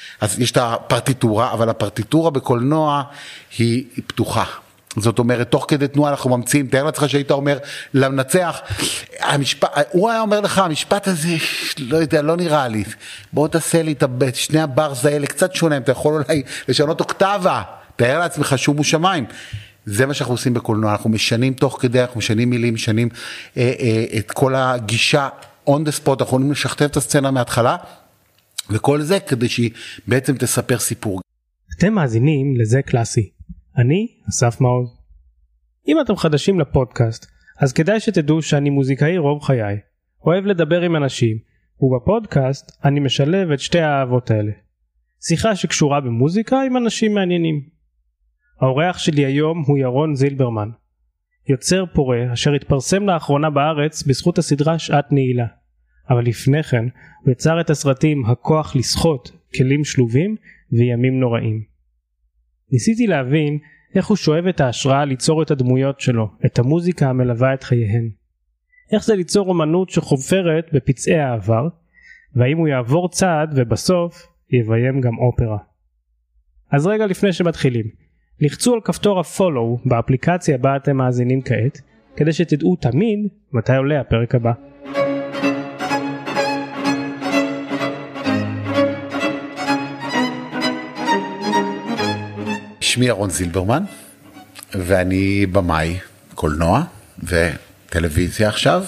אז יש את הפרטיטורה, אבל הפרטיטורה בקולנוע היא פתוחה. זאת אומרת, תוך כדי תנועה אנחנו ממציאים, תאר לעצמך שהיית אומר למנצח, הוא היה אומר לך, המשפט הזה, לא יודע, לא נראה לי, בוא תעשה לי את שני הברס האלה, קצת שונה, אתה יכול אולי לשנות אוקטבה, תאר לעצמך שום ושמיים. זה מה שאנחנו עושים בקולנוע, אנחנו משנים תוך כדי, אנחנו משנים מילים, משנים את כל הגישה on the spot, אנחנו יכולים לשכתב את הסצנה מההתחלה, וכל זה כדי שהיא בעצם תספר סיפור. אתם מאזינים לזה קלאסי. אני אסף מעוז. אם אתם חדשים לפודקאסט, אז כדאי שתדעו שאני מוזיקאי רוב חיי. אוהב לדבר עם אנשים, ובפודקאסט אני משלב את שתי האהבות האלה. שיחה שקשורה במוזיקה עם אנשים מעניינים. האורח שלי היום הוא ירון זילברמן. יוצר פורה אשר התפרסם לאחרונה בארץ בזכות הסדרה שעת נעילה. אבל לפני כן הוא יצר את הסרטים הכוח לשחות, כלים שלובים וימים נוראים. ניסיתי להבין איך הוא שואב את ההשראה ליצור את הדמויות שלו, את המוזיקה המלווה את חייהן. איך זה ליצור אומנות שחופרת בפצעי העבר, והאם הוא יעבור צעד ובסוף יביים גם אופרה. אז רגע לפני שמתחילים, לחצו על כפתור הפולו באפליקציה בה אתם מאזינים כעת, כדי שתדעו תמיד מתי עולה הפרק הבא. שמי ירון זילברמן, ואני במאי קולנוע וטלוויזיה עכשיו,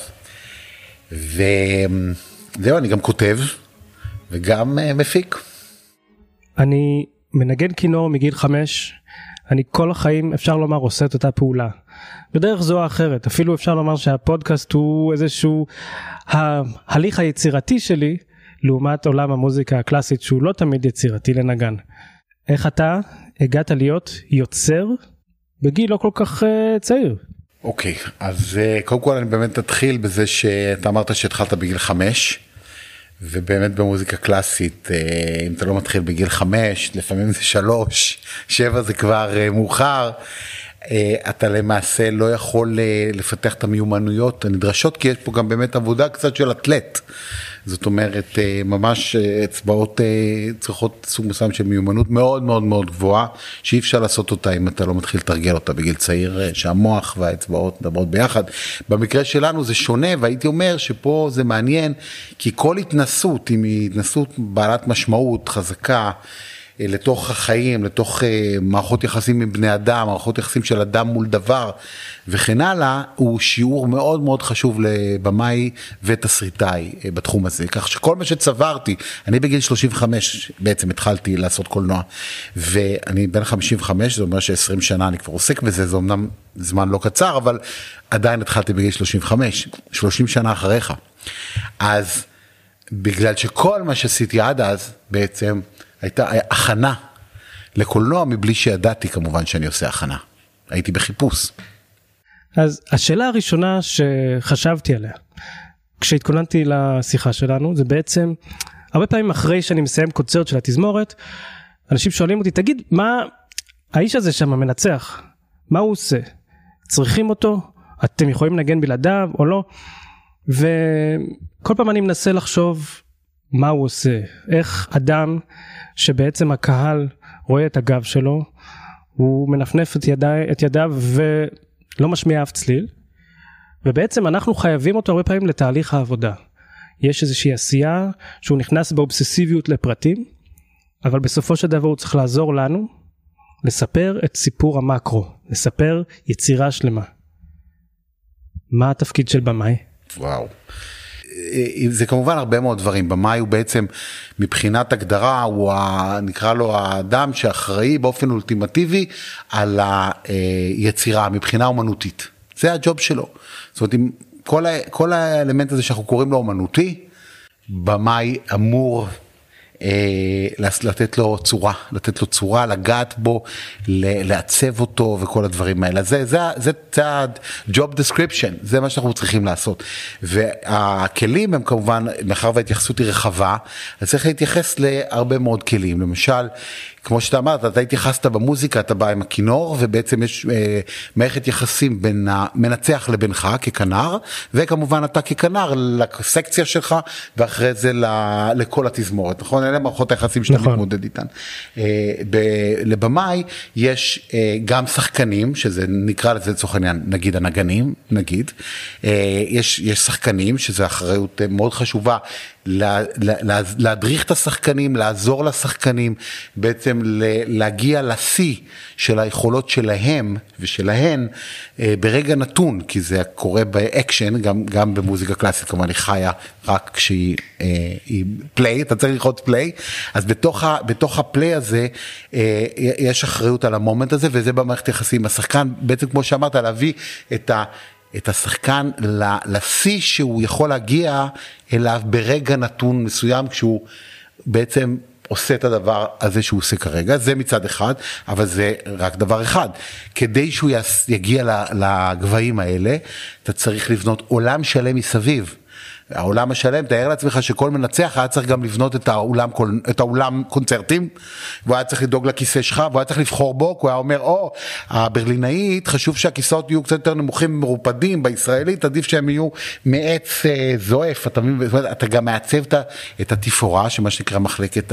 וזהו, אני גם כותב וגם מפיק. אני מנגן כינור מגיל 5, אני כל החיים אפשר לומר עושה את אותה פעולה. בדרך זו או אחרת, אפילו אפשר לומר שהפודקאסט הוא איזשהו ההליך היצירתי שלי, לעומת עולם המוזיקה הקלאסית שהוא לא תמיד יצירתי לנגן. איך אתה הגעת להיות יוצר בגיל לא כל כך צעיר? אוקיי, אז קודם כל אני באמת אתחיל בזה שאתה אמרת שהתחלת בגיל 5, ובאמת במוזיקה קלאסית, אם אתה לא מתחיל בגיל 5, לפעמים זה 3, 7 זה כבר מאוחר, אתה למעשה לא יכול לפתח את המיומנויות הנדרשות, כי יש פה גם באמת עבודה קצת של אתלט. זאת אומרת, ממש אצבעות צריכות סוג מסוים של מיומנות מאוד מאוד מאוד גבוהה, שאי אפשר לעשות אותה אם אתה לא מתחיל לתרגל אותה בגיל צעיר, שהמוח והאצבעות מדברות ביחד. במקרה שלנו זה שונה, והייתי אומר שפה זה מעניין, כי כל התנסות, אם היא התנסות בעלת משמעות, חזקה, לתוך החיים, לתוך מערכות יחסים עם בני אדם, מערכות יחסים של אדם מול דבר וכן הלאה, הוא שיעור מאוד מאוד חשוב לבמאי ותסריטאי בתחום הזה. כך שכל מה שצברתי, אני בגיל 35 בעצם התחלתי לעשות קולנוע, ואני בן 55, זה אומר ש20 שנה אני כבר עוסק בזה, זה אומנם זמן לא קצר, אבל עדיין התחלתי בגיל 35, 30 שנה אחריך. אז בגלל שכל מה שעשיתי עד אז בעצם הייתה הכנה לקולנוע מבלי שידעתי כמובן שאני עושה הכנה. הייתי בחיפוש. אז השאלה הראשונה שחשבתי עליה, כשהתכוננתי לשיחה שלנו, זה בעצם, הרבה פעמים אחרי שאני מסיים קונצרט של התזמורת, אנשים שואלים אותי, תגיד, מה האיש הזה שם מנצח? מה הוא עושה? צריכים אותו? אתם יכולים לנגן בלעדיו או לא? וכל פעם אני מנסה לחשוב מה הוא עושה, איך אדם שבעצם הקהל רואה את הגב שלו, הוא מנפנף את ידיו ולא משמיע אף צליל, ובעצם אנחנו חייבים אותו הרבה פעמים לתהליך העבודה. יש איזושהי עשייה שהוא נכנס באובססיביות לפרטים, אבל בסופו של דבר הוא צריך לעזור לנו לספר את סיפור המקרו, לספר יצירה שלמה. מה התפקיד של במאי? וואו. זה כמובן הרבה מאוד דברים. במאי הוא בעצם מבחינת הגדרה, הוא נקרא לו האדם שאחראי באופן אולטימטיבי על היצירה מבחינה אומנותית. זה הג'וב שלו. זאת אומרת, כל האלמנט הזה שאנחנו קוראים לו אומנותי, במאי אמור לתת לו צורה, לגעת בו, לעצב אותו וכל הדברים האלה. זה ה-job description, זה מה שאנחנו צריכים לעשות. והכלים הם כמובן, מאחר וההתייחסות היא רחבה, אז צריך להתייחס להרבה מאוד כלים. למשל, כמו שאתה אמרת, אתה התייחסת במוזיקה, אתה בא עם הכינור, ובעצם יש מערכת יחסים בין המנצח לבינך ככנר, וכמובן אתה ככנר לסקציה שלך, ואחרי זה לכל התזמורת, נכון? אלה מערכות היחסים שאתה מתמודד איתן. לבמאי יש גם שחקנים, שזה נקרא לזה לצורך העניין, נגיד הנגנים, נגיד, יש שחקנים, שזה אחריות מאוד חשובה, להדריך את השחקנים, לעזור לשחקנים, בעצם להגיע לשיא של היכולות שלהם ושלהן ברגע נתון, כי זה קורה באקשן, גם במוזיקה קלאסית, כמובן היא חיה רק כשהיא פליי, אתה צריך לראות פליי, אז בתוך הפליי הזה יש אחריות על המומנט הזה, וזה במערכת יחסים. השחקן, בעצם כמו שאמרת, להביא את השחקן לשיא שהוא יכול להגיע אליו ברגע נתון מסוים, כשהוא בעצם עושה את הדבר הזה שהוא עושה כרגע. זה מצד אחד, אבל זה רק דבר אחד. כדי שהוא יגיע לגבהים האלה, אתה צריך לבנות עולם שלם מסביב. העולם השלם, תאר לעצמך שכל מנצח היה צריך גם לבנות את האולם קונצרטים, והוא היה צריך לדאוג לכיסא שלך, והוא היה צריך לבחור בו, הוא היה אומר, הברלינאית, חשוב שהכיסאות יהיו קצת יותר נמוכים מרופדים, בישראלית עדיף שהם יהיו מעץ זועף, אתה גם מעצב את התפאורה, שמה שנקרא מחלקת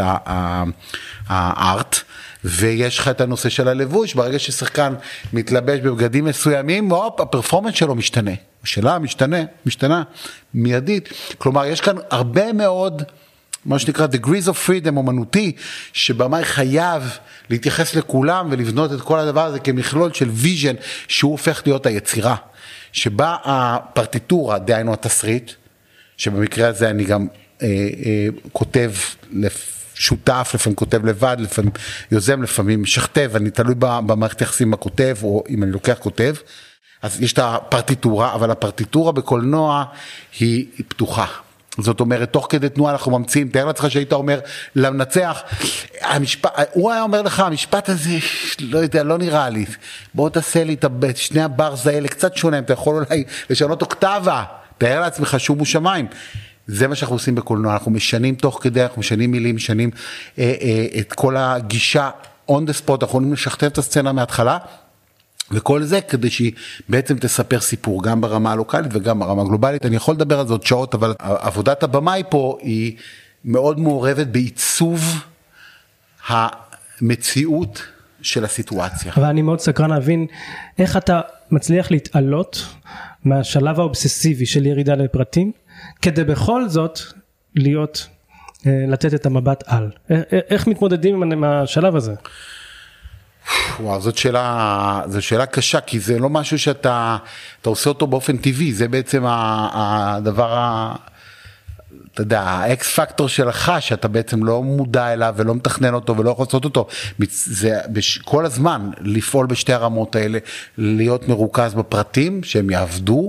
הארט, ויש לך את הנושא של הלבוש, ברגע ששחקן מתלבש בבגדים מסוימים, הפרפורמנס שלו משתנה, השאלה משתנה מיידית, כלומר יש כאן הרבה מאוד, מה שנקרא degrees of freedom אומנותי, שבמאי חייב להתייחס לכולם, ולבנות את כל הדבר הזה כמכלול של ויז'ן, שהוא הופך להיות היצירה, שבה הפרטיטורה, דהיינו התסריט, שבמקרה הזה אני גם כותב שותף, לפעמים כותב לבד, לפעמים יוזם, לפעמים שכתב, אני תלוי במערכת יחסים הכותב, או אם אני לוקח כותב, אז יש את הפרטיטורה, אבל הפרטיטורה בקולנוע היא פתוחה. זאת אומרת, תוך כדי תנועה אנחנו ממציאים, תאר לעצמך שהיית אומר למנצח, הוא היה אומר לך, המשפט הזה, לא יודע, לא נראה לי, בוא תעשה לי את שני הברז האלה, קצת שונה, אתה יכול אולי לשנות אוקטבה, תאר לעצמך שום ושמיים. זה מה שאנחנו עושים בקולנוע, אנחנו משנים תוך כדי, אנחנו משנים מילים, משנים את כל הגישה on the spot, אנחנו יכולים לשכתב את הסצנה מההתחלה, וכל זה כדי שהיא בעצם תספר סיפור, גם ברמה הלוקלית וגם ברמה הגלובלית. אני יכול לדבר על זה עוד שעות, אבל עבודת הבמאי פה היא מאוד מעורבת בעיצוב המציאות של הסיטואציה. אבל אני מאוד סקרן להבין איך אתה מצליח להתעלות מהשלב האובססיבי של ירידה לפרטים, כדי בכל זאת לתת את המבט על. איך מתמודדים עם השלב הזה? וואו, זאת שאלה קשה, כי זה לא משהו שאתה עושה אותו באופן טבעי, זה בעצם הדבר, אתה יודע, האקס פקטור שלך, שאתה בעצם לא מודע אליו ולא מתכנן אותו ולא יכול לעשות אותו, זה כל הזמן לפעול בשתי הרמות האלה, להיות מרוכז בפרטים שהם יעבדו,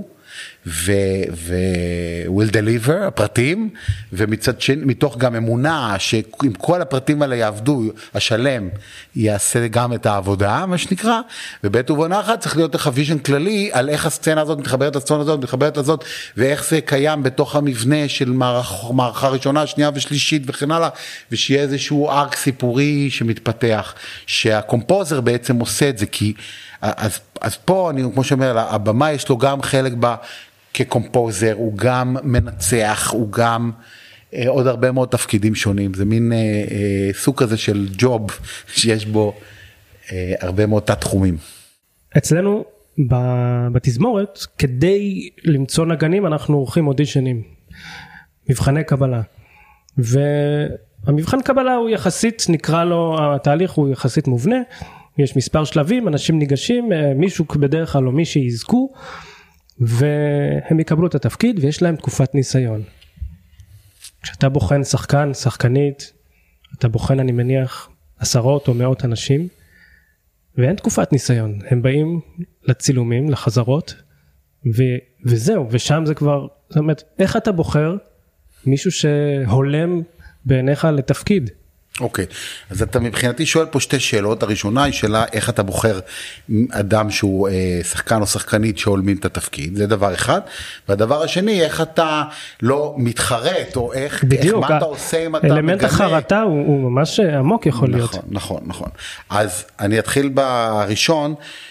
will deliver, הפרטים, ומצד שני, מתוך גם אמונה, שאם כל הפרטים האלה יעבדו, השלם יעשה גם את העבודה, מה שנקרא, ובעת ובעונה אחת צריך להיות לך ויז'ן כללי, על איך הסצנה הזאת מתחברת לסצנה הזאת, מתחברת לזאת, ואיך זה קיים בתוך המבנה של מערכה ראשונה, שנייה ושלישית וכן הלאה, ושיהיה איזשהו ארק סיפורי שמתפתח, שהקומפוזר בעצם עושה את זה, כי אז פה, כמו שאומר, הבמה יש לו גם חלק כקומפוזר, הוא גם מנצח, הוא גם עוד הרבה מאוד תפקידים שונים, זה מין סוג כזה של ג'וב, שיש בו הרבה מאוד תת-תחומים. אצלנו בתזמורת, כדי למצוא נגנים, אנחנו עורכים אודישנים, מבחני קבלה, והמבחן קבלה הוא יחסית, נקרא לו, התהליך הוא יחסית מובנה, יש מספר שלבים, אנשים ניגשים, מישהו בדרך כלל או מי שיזכו, והם יקבלו את התפקיד ויש להם תקופת ניסיון. כשאתה בוחן שחקן, שחקנית, אתה בוחן אני מניח עשרות או מאות אנשים, ואין תקופת ניסיון, הם באים לצילומים, לחזרות, וזהו, ושם זה כבר, זאת אומרת, איך אתה בוחר מישהו שהולם בעיניך לתפקיד? אוקיי, אז אתה מבחינתי שואל פה שתי שאלות. הראשונה היא שאלה איך אתה בוחר אדם שהוא שחקן או שחקנית שהולמים את התפקיד, זה דבר אחד. והדבר השני, איך אתה לא מתחרט, או איך מה אתה עושה אם אתה מגנה. אלמנט החרטה הוא ממש עמוק יכול להיות. נכון. אז אני אתחיל בראשון,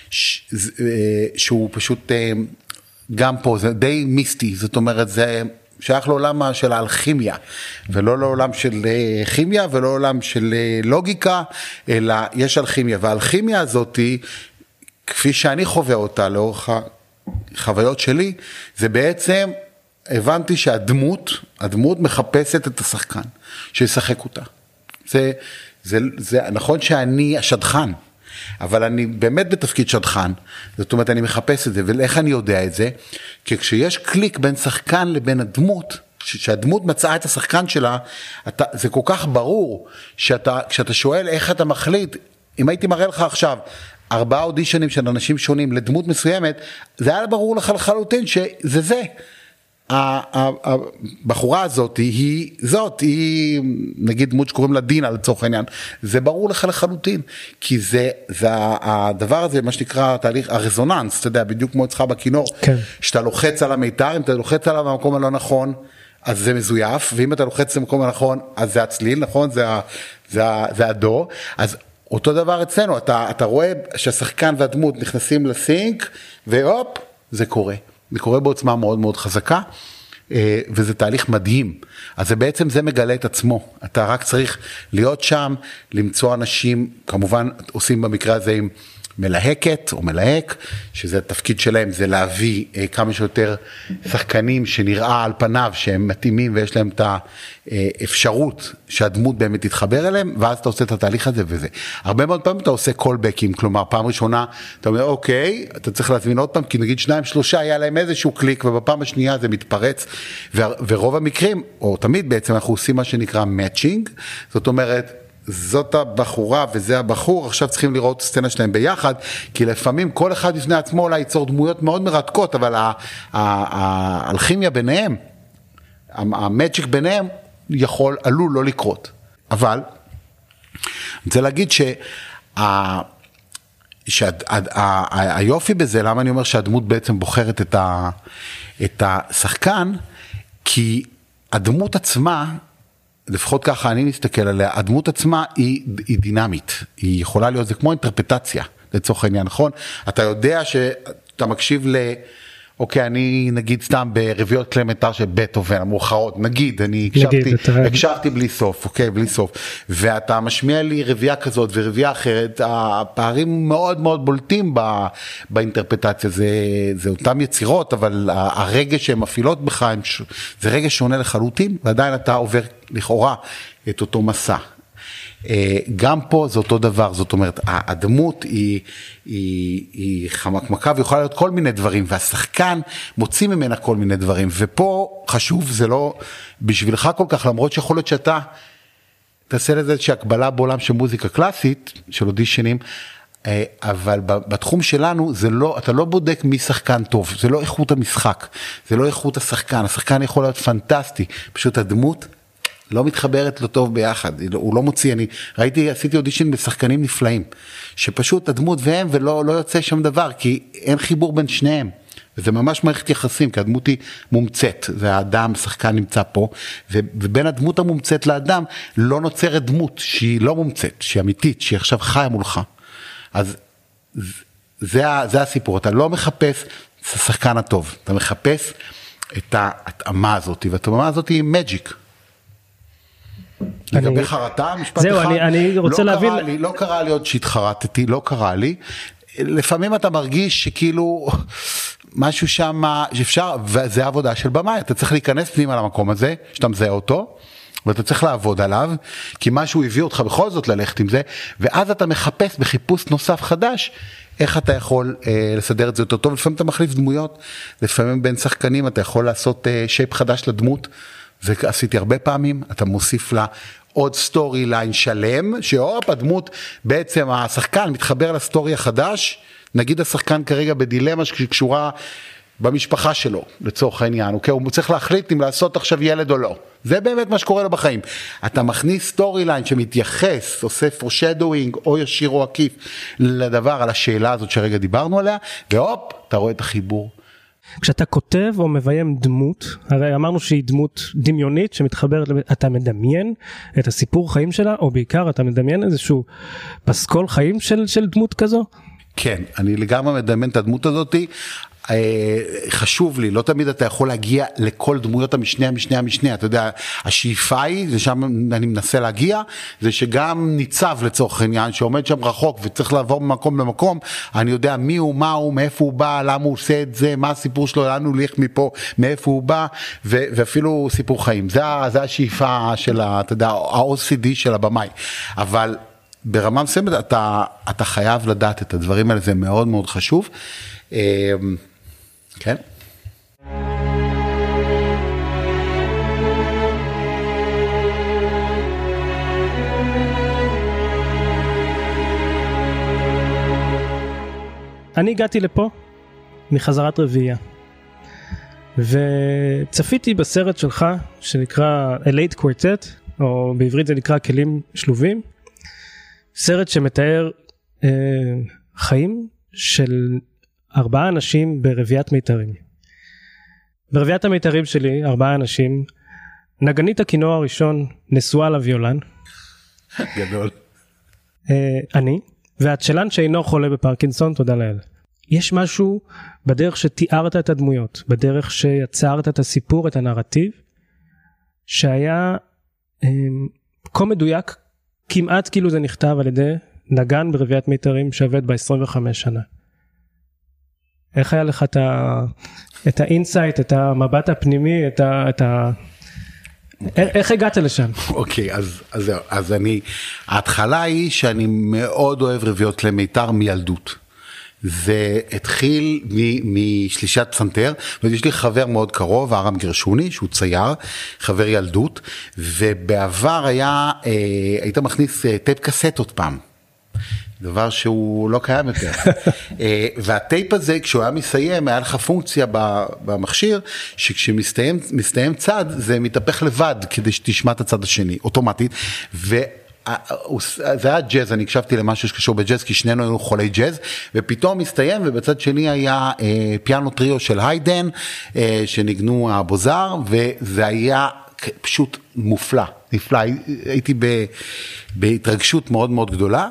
שהוא פשוט גם פה, זה די מיסטי, זאת אומרת זה שייך לעולם של האלכימיה, ולא לעולם של כימיה, ולא לעולם של לוגיקה, אלא יש אלכימיה, והאלכימיה הזאת, כפי שאני חווה אותה לאורך החוויות שלי, זה בעצם, הבנתי שהדמות מחפשת את השחקן, שישחק אותה. זה נכון שאני השדכן, אבל אני באמת בתפקיד שדכן, זאת אומרת אני מחפש את זה, ואיך אני יודע את זה? כי כשיש קליק בין שחקן לבין הדמות, שהדמות מצאה את השחקן שלה, זה כל כך ברור, כשאתה שואל איך אתה מחליט, אם הייתי מראה לך עכשיו 4 אודישנים של אנשים שונים לדמות מסוימת, זה היה ברור לך לחלוטין שזה זה. הבחורה הזאת היא נגיד דמות שקוראים לה דינה לצורך העניין, זה ברור לך לחלוטין, כי זה הדבר הזה, מה שנקרא תהליך הרזוננס, אתה יודע, בדיוק כמו אצלך בכינור, שאתה לוחץ על המיתר, אם אתה לוחץ עליו במקום הלא נכון, אז זה מזויף, ואם אתה לוחץ במקום הנכון, אז זה הצליל, נכון? זה הדו, אז אותו דבר אצלנו, אתה רואה שהשחקן והדמות נכנסים לסינק, והופ, זה קורה. זה קורה בעוצמה מאוד מאוד חזקה, וזה תהליך מדהים. אז זה בעצם זה מגלה את עצמו. אתה רק צריך להיות שם, למצוא אנשים, כמובן עושים במקרה הזה עם מלהקת או מלהק, שזה התפקיד שלהם, זה להביא כמה שיותר שחקנים שנראה על פניו שהם מתאימים ויש להם את האפשרות שהדמות באמת תתחבר אליהם, ואז אתה עושה את התהליך הזה וזה. הרבה מאוד פעמים אתה עושה קולבקים, כלומר פעם ראשונה אתה אומר אוקיי, אתה צריך להזמין עוד פעם, כי נגיד 2-3 היה להם איזשהו קליק, ובפעם השנייה זה מתפרץ, ורוב המקרים, או תמיד בעצם אנחנו עושים מה שנקרא matching, זאת אומרת, זאת הבחורה וזה הבחור, עכשיו צריכים לראות סצנה שלהם ביחד, כי לפעמים כל אחד בפני עצמו אולי ייצור דמויות מאוד מרתקות, אבל האלכימיה ביניהם, המאג'יק ביניהם, עלול לא לקרות. אבל, אני רוצה להגיד שהיופי בזה, למה אני אומר שהדמות בעצם בוחרת את השחקן, כי הדמות עצמה, לפחות ככה אני מסתכל עליה, הדמות עצמה היא דינמית, היא יכולה להיות, זה כמו אינטרפטציה, לצורך העניין, נכון? אתה יודע שאתה מקשיב אוקיי, אני נגיד סתם ברביעיות כלי מיתר של בטהובן, המאוחרות, נגיד, אני הקשבתי בלי סוף, אוקיי, בלי סוף, ואתה משמיע לי רביעה כזאת ורביעה אחרת, הפערים מאוד מאוד בולטים באינטרפטציה, זה אותם יצירות, אבל הרגש שהן מפעילות בך, זה רגש שונה לחלוטין, ועדיין אתה עובר לכאורה את אותו מסע. גם פה זה אותו דבר, זאת אומרת, הדמות היא חמקמקה ויכולה להיות כל מיני דברים, והשחקן מוציא ממנה כל מיני דברים, ופה חשוב, זה לא בשבילך כל כך, למרות שיכול להיות שאתה תעשה לזה איזושהי הקבלה בעולם של מוזיקה קלאסית, של אודישנים, אבל בתחום שלנו זה לא, אתה לא בודק מי שחקן טוב, זה לא איכות המשחק, זה לא איכות השחקן, השחקן יכול להיות פנטסטי, פשוט הדמות לא מתחברת לו טוב ביחד, הוא לא מוציא, עשיתי אודישן בשחקנים נפלאים, שפשוט הדמות והם ולא יוצא שם דבר, כי אין חיבור בין שניהם, וזה ממש מערכת יחסים, כי הדמות היא מומצאת, זה האדם, שחקן נמצא פה, ובין הדמות המומצאת לאדם, לא נוצרת דמות שהיא לא מומצאת, שהיא אמיתית, שהיא עכשיו חיה מולך, אז זה הסיפור, אתה לא מחפש את השחקן הטוב, אתה מחפש את ההתאמה הזאת, וההתאמה הזאת היא מג'יק, לגבי חרטה, משפט אחד, אני רוצה להבין, לא קרה לי עוד שהתחרטתי, לא קרה לי, לפעמים אתה מרגיש שכאילו משהו שם שאפשר, וזה העבודה של במאי, אתה צריך להיכנס פנימה למקום הזה, שאתה מזהה אותו, ואתה צריך לעבוד עליו, כי משהו הביא אותך בכל זאת ללכת עם זה, ואז אתה מחפש בחיפוש נוסף חדש, איך אתה יכול לסדר את זה יותר טוב, לפעמים אתה מחליף דמויות, לפעמים בין שחקנים אתה יכול לעשות שייפ חדש לדמות, זה עשיתי הרבה פעמים, אתה מוסיף לה עוד סטורי ליין שלם, שהופ, הדמות, בעצם השחקן מתחבר לסטורי החדש, נגיד השחקן כרגע בדילמה שקשורה במשפחה שלו, לצורך העניין, אוקיי? הוא צריך להחליט אם לעשות עכשיו ילד או לא. זה באמת מה שקורה לו בחיים. אתה מכניס סטורי ליין שמתייחס, עושה foreshadowing או ישיר או עקיף לדבר על השאלה הזאת שרגע דיברנו עליה, והופ, אתה רואה את החיבור. כשאתה כותב או מביים דמות, הרי אמרנו שהיא דמות דמיונית שמתחברת, אתה מדמיין את הסיפור חיים שלה, או בעיקר אתה מדמיין איזשהו פסקול חיים של דמות כזו? כן, אני לגמרי מדמיין את הדמות הזאת. חשוב לי, לא תמיד אתה יכול להגיע לכל דמויות המשנה, אתה יודע, השאיפה היא, זה שם אני מנסה להגיע, זה שגם ניצב לצורך העניין, שעומד שם רחוק וצריך לעבור ממקום למקום, אני יודע מי הוא, מה הוא, מאיפה הוא בא, למה הוא עושה את זה, מה הסיפור שלו, לאן הוא הולך מפה, מאיפה הוא בא, ואפילו סיפור חיים, זה השאיפה של, אתה יודע, ה-OCD של הבמאי, אבל ברמה מסוימת אתה חייב לדעת את הדברים האלה, זה מאוד מאוד חשוב. כן. אני הגעתי לפה מחזרת רביעייה, וצפיתי בסרט שלך שנקרא Elate Quartet, או בעברית זה נקרא כלים שלובים, סרט שמתאר חיים של 4 אנשים ברביית מיתרים. ברביית המיתרים שלי 4 אנשים, נגנית הכינור הראשון נשואה לוויולן, גדול, אני, והצ'לן שאינו חולה בפרקינסון, תודה לאל. יש משהו בדרך שתיארת את הדמויות, בדרך שיצרת את הסיפור, את הנרטיב, שהיה כה מדויק, כמעט כאילו זה נכתב על ידי נגן ברביית מיתרים שעובד ב-25 שנה. איך היה לך את האינסייט, את המבט הפנימי, איך הגעת לשם? אוקיי, אז ההתחלה היא שאני מאוד אוהב רביעות כלי מיתר מילדות. זה התחיל משלישת פסנתר, ויש לי חבר מאוד קרוב, ארם גרשוני, שהוא צייר, חבר ילדות, ובעבר היית מכניס טייפ קסטות פעם. דבר שהוא לא קיים יותר. והטייפ הזה, כשהוא היה מסיים, היה לך פונקציה במכשיר, שכשמסתיים צד, זה מתהפך לבד, כדי שתשמע את הצד השני, אוטומטית, זה היה ג'אז, אני הקשבתי למשהו שקשור בג'אז, כי שנינו היו חולי ג'אז, ופתאום מסתיים, ובצד שני היה פיאנו טריו של היידן, שניגנו הבוזר, וזה היה פשוט מופלא, נפלא, הייתי בהתרגשות מאוד מאוד גדולה,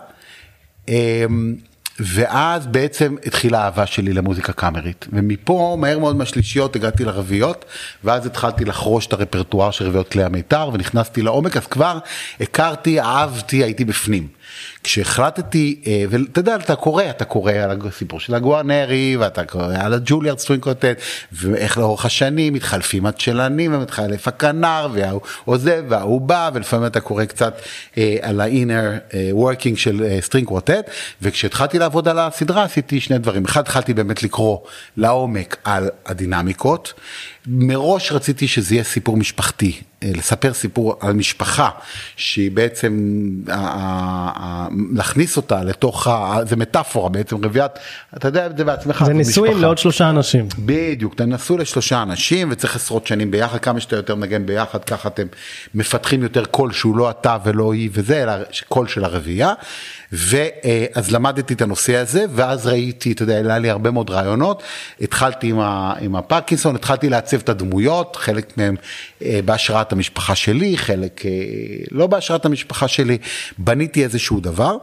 ואז בעצם התחילה האהבה שלי למוזיקה קאמרית, ומפה מהר מאוד מהשלישיות הגעתי לרביעיות, ואז התחלתי לחרוש את הרפרטואר של רביעות כלי המיתר, ונכנסתי לעומק, אז כבר הכרתי, אהבתי, הייתי בפנים. כשהחלטתי, ואתה יודע, אתה קורא על הסיפור של הגוארנרי, ואתה קורא על הג'וליארד סטרינג קוורטט, ואיך לאורך השנים מתחלפים הצ'לנים, ומתחלף הכנר, והוא עוזב, והוא בא, ולפעמים אתה קורא קצת על ה-inner working של סטרינג קוורטט, וכשהתחלתי לעבוד על הסדרה, עשיתי 2 דברים. אחד, התחלתי באמת לקרוא לעומק על הדינמיקות, מראש רציתי שזה יהיה סיפור משפחתי, לספר סיפור על משפחה, שהיא בעצם, להכניס אותה לתוך, זה מטאפורה בעצם, רביית, אתה יודע את זה בעצמך. זה ניסויים לעוד 3 אנשים. בדיוק, תנסו ל3 אנשים, וצריך עשרות שנים ביחד, כמה שאתה יותר נגן ביחד, ככה אתם מפתחים יותר קול שהוא לא אתה ולא היא וזה, אלא קול של הרבייה, ואז למדתי את הנושא הזה, ואז ראיתי, אתה יודע, היה לי הרבה מאוד רעיונות, התחלתי עם הפרקינסון, התחלתי לעצב את הדמויות, חלק מהם בהשראת המשפחה שלי, חלק לא בהשראת המשפחה שלי, בניתי איזשהו דבר,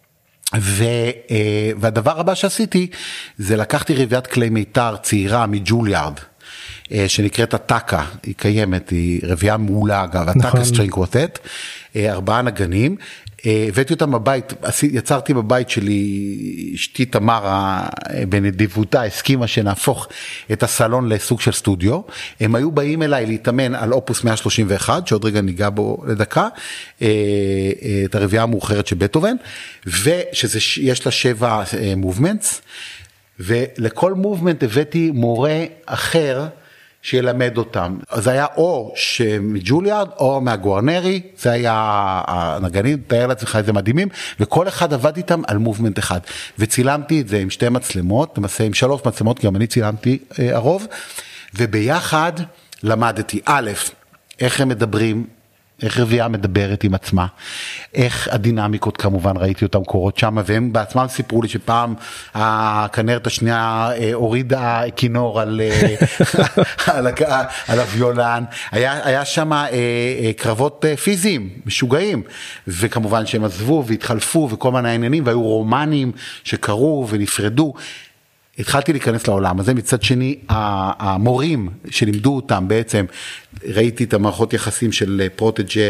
והדבר הבא שעשיתי, זה לקחתי רביית כלי מיתר צעירה מג'וליארד, שנקראת הטאקה, היא קיימת, היא רבייה מעולה אגב, הטאקה סטרינג קוורטט, 4 נגנים, הבאתי אותם בבית, יצרתי בבית שלי, אשתי תמרה בנדיבותה, הסכימה שנהפוך את הסלון לסוג של סטודיו, הם היו באים אליי להתאמן על אופוס 131, שעוד רגע ניגע בו לדקה, את הרבייה המאוחרת של בטהובן, ויש לה 7 מובמנטס, ולכל מובמנט הבאתי מורה אחר, שילמד אותם. זה היה או מג'וליארד או מהגוארנרי, זה היה הנגנים, תאר לעצמך איזה מדהימים, וכל אחד עבד איתם על מובמנט אחד. וצילמתי את זה עם 2 מצלמות, למעשה עם 3 מצלמות, גם אני צילמתי הרוב, וביחד למדתי, א', איך הם מדברים, איך רביעייה מדברת עם עצמה, איך הדינמיקות כמובן, ראיתי אותם קורות שם, והם בעצמם סיפרו לי שפעם הכנרת השנייה הורידה כינור על הוויולן, היה שם קרבות פיזיים, משוגעים, וכמובן שהם עזבו והתחלפו וכל מיני העניינים, והיו רומנים שקרו ונפרדו, התחלתי להיכנס לעולם הזה, מצד שני, המורים שלימדו אותם בעצם, ראיתי את המערכות יחסים של פרוטג'ה,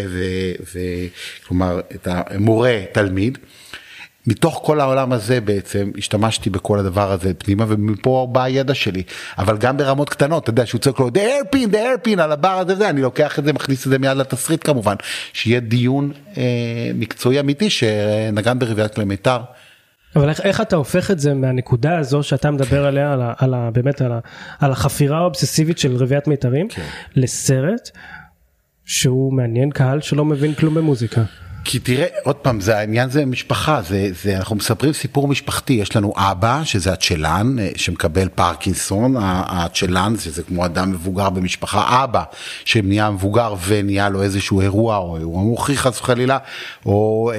כלומר, את המורה תלמיד, מתוך כל העולם הזה בעצם, השתמשתי בכל הדבר הזה פנימה, ומפה בא הידע שלי, אבל גם ברמות קטנות, אתה יודע, שהוא צועק לו, the airpin, על הבר הזה, אני לוקח את זה, מכניס את זה מיד לתסריט כמובן, שיהיה דיון מקצועי אמיתי, שנגן ברביעיית כלי מיתר, אבל איך אתה הופך את זה מהנקודה הזו שאתה מדבר עליה, באמת על החפירה האובססיבית של רביעיית מיתרים, לסרט שהוא מעניין קהל שלא מבין כלום במוזיקה? כי תראה, עוד פעם, העניין זה משפחה, אנחנו מספרים סיפור משפחתי, יש לנו אבא, שזה הצ'לן, שמקבל פרקינסון, הצ'לן, שזה כמו אדם מבוגר במשפחה, אבא, שנהיה מבוגר ונהיה לו איזשהו אירוע, או אירוע מוחי חס וחלילה, או,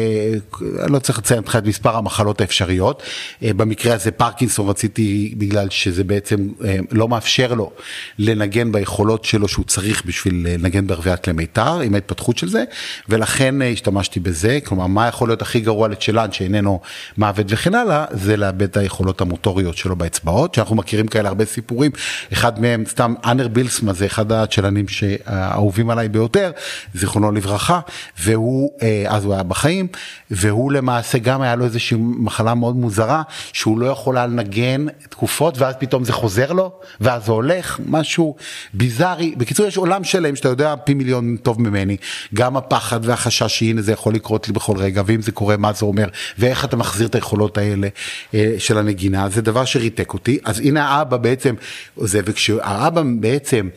לא צריך לציין את מספר המחלות האפשריות, במקרה הזה פרקינסון רציתי, בגלל שזה בעצם לא מאפשר לו לנגן ביכולות שלו, שהוא צריך בשביל לנגן ברביעיית כלי מיתר, עם ההתפתחות של זה, ולכן השתמשתי בזה, כלומר, מה יכול להיות הכי גרוע לצ'לן שאיננו מוות וכן הלאה, זה לאבד את היכולות המוטוריות שלו באצבעות, שאנחנו מכירים כאלה הרבה סיפורים, אחד מהם, סתם, אנר בילסמה, זה אחד הצ'לנים שהאהובים עליי ביותר, זיכרונו לברכה, והוא, אז הוא היה בחיים, והוא למעשה גם היה לו איזושהי מחלה מאוד מוזרה, שהוא לא יכול לנגן תקופות, ואז פתאום זה חוזר לו, ואז זה הולך, משהו ביזארי, בקיצור, יש עולם שלם, שאתה יודע פי מיליון טוב ממני, גם הפחד והחשש שהנה זה יכול לקרות לי בכל רגע, ואם זה קורה, מה זה אומר, ואיך אתה מחזיר את היכולות האלה של הנגינה, זה דבר שריתק אותי, אז הנה האבא בעצם, וכשהאבא בעצם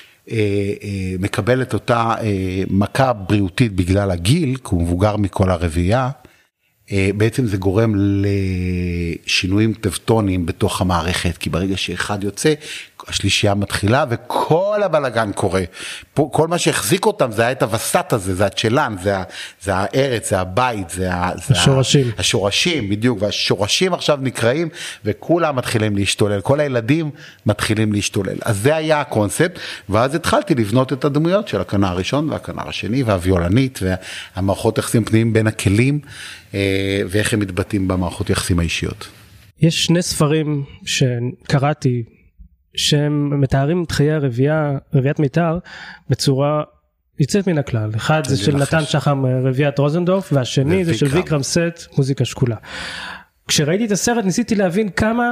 מקבל את אותה מכה בריאותית בגלל הגיל, כי הוא מבוגר מכל הרביעייה, בעצם זה גורם לשינויים טבטוניים בתוך המערכת, כי ברגע שאחד יוצא, השלישייה מתחילה, וכל הבלגן קורה. כל מה שהחזיק אותם, זה היה את הווסת הזה, זה הצ'לן, זה הארץ, זה הבית, זה השורשים. השורשים, בדיוק, והשורשים עכשיו נקראים, וכולם מתחילים להשתולל, כל הילדים מתחילים להשתולל. אז זה היה הקונספט, ואז התחלתי לבנות את הדמויות של הכנר הראשון, והכנר השני, והוויולנית, והמערכות יחסים פנימיים בין הכלים, ואיך הם מתבטאים במערכות יחסים האישיות. יש 2 ספרים שקראתי, שהם מתארים את חיי רביעיית מיתר, בצורה יוצאת מן הכלל. אחד זה של נתן שחם, רביעיית רוזנדורף, והשני זה של ויקרם סט, מוזיקה שקולה. כשראיתי את הסרט ניסיתי להבין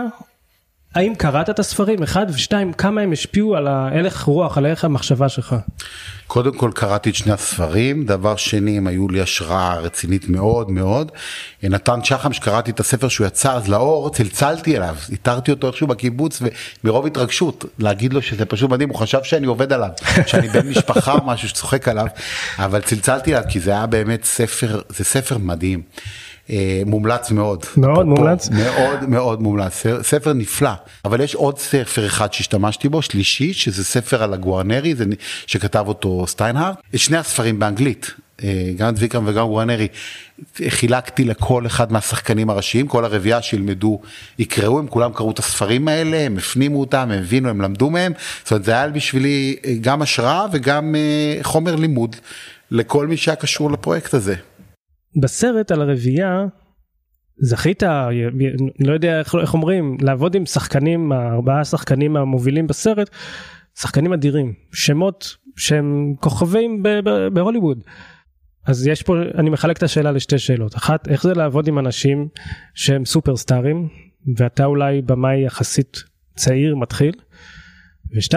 האם קראת את הספרים, 1 ו2, כמה הם השפיעו על ההלך רוח, על ההלך המחשבה שלך? קודם כל קראתי את 2 הספרים, דבר שני, הם היו לי השראה רצינית מאוד מאוד, נתן שחם שקראתי את הספר שהוא יצא אז לאור, צלצלתי אליו, איתרתי אותו איכשהו בקיבוץ, ומרוב התרגשות, להגיד לו שזה פשוט מדהים, הוא חשב שאני עובד עליו, שאני בן משפחה או משהו שצוחק עליו, אבל צלצלתי אליו, כי זה היה באמת זה ספר מדהים. מומלץ מאוד. מאוד מומלץ? מאוד מאוד מומלץ, ספר נפלא, אבל יש עוד ספר אחד שהשתמשתי בו, שלישי, שזה ספר על הגוארנרי, שכתב אותו סטיינהארט, את 2 הספרים באנגלית, גם ויקרם וגם גוארנרי, חילקתי לכל אחד מהשחקנים הראשיים, כל הרביעייה שילמדו, יקראו, הם כולם קראו את הספרים האלה, הם הפנימו אותם, הם הבינו, הם למדו מהם, זאת אומרת, זה היה בשבילי גם השראה וגם חומר לימוד, לכל מי שהיה קשור לפרויקט הזה. בסרט על הרביעייה, זכית, לא יודע איך אומרים, לעבוד עם שחקנים, 4 שחקנים המובילים בסרט, שחקנים אדירים, שמות שהם כוכבים בהוליווד. אז יש פה, אני מחלק את השאלה ל2 שאלות. 1, איך זה לעבוד עם אנשים שהם סופרסטארים, ואתה אולי במאי יחסית צעיר מתחיל? ו2,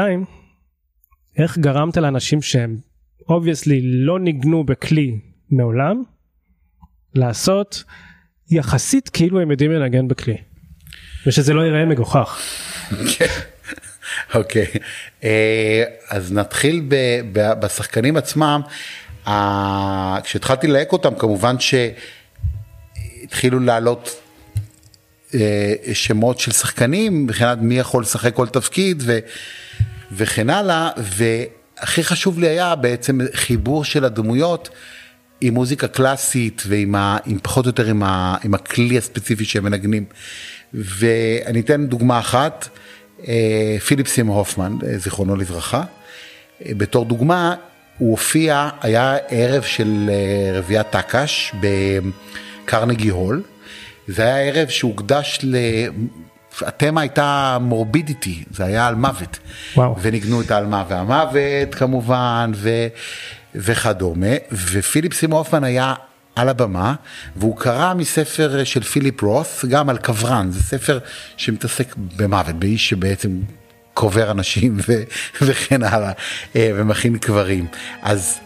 איך גרמת לאנשים שהם obviously לא ניגנו בכלי מעולם, לעשות יחסית כאילו הם יודעים לנגן בכלי, ושזה לא ייראה מגוחך. אוקיי, אז נתחיל בשחקנים עצמם. כשהתחלתי להק אותם, כמובן שהתחילו לעלות שמות של שחקנים, מבחינת מי יכול לשחק כל תפקיד וכן הלאה, והכי חשוב לי היה בעצם חיבור של הדמויות עם מוזיקה קלאסית, ועם פחות או יותר עם הכלי הספציפי שהם מנגנים. ואני אתן דוגמה אחת, פיליפ סיימור הופמן, זיכרונו לברכה, בתור דוגמה, הוא הופיע, היה ערב של רביעיית טקש בקרנגי הול, זה היה ערב שהוקדש התמה הייתה מורבידיטי, זה היה על מוות, וואו. וניגנו את העלמה והמוות כמובן, וכדומה, ופיליפ סיימור הופמן היה על הבמה, והוא קרא מספר של פיליפ רוס, גם על קברן, זה ספר שמתעסק במוות, באיש שבעצם קובר אנשים וכן הלאה, ומכין קברים. אז,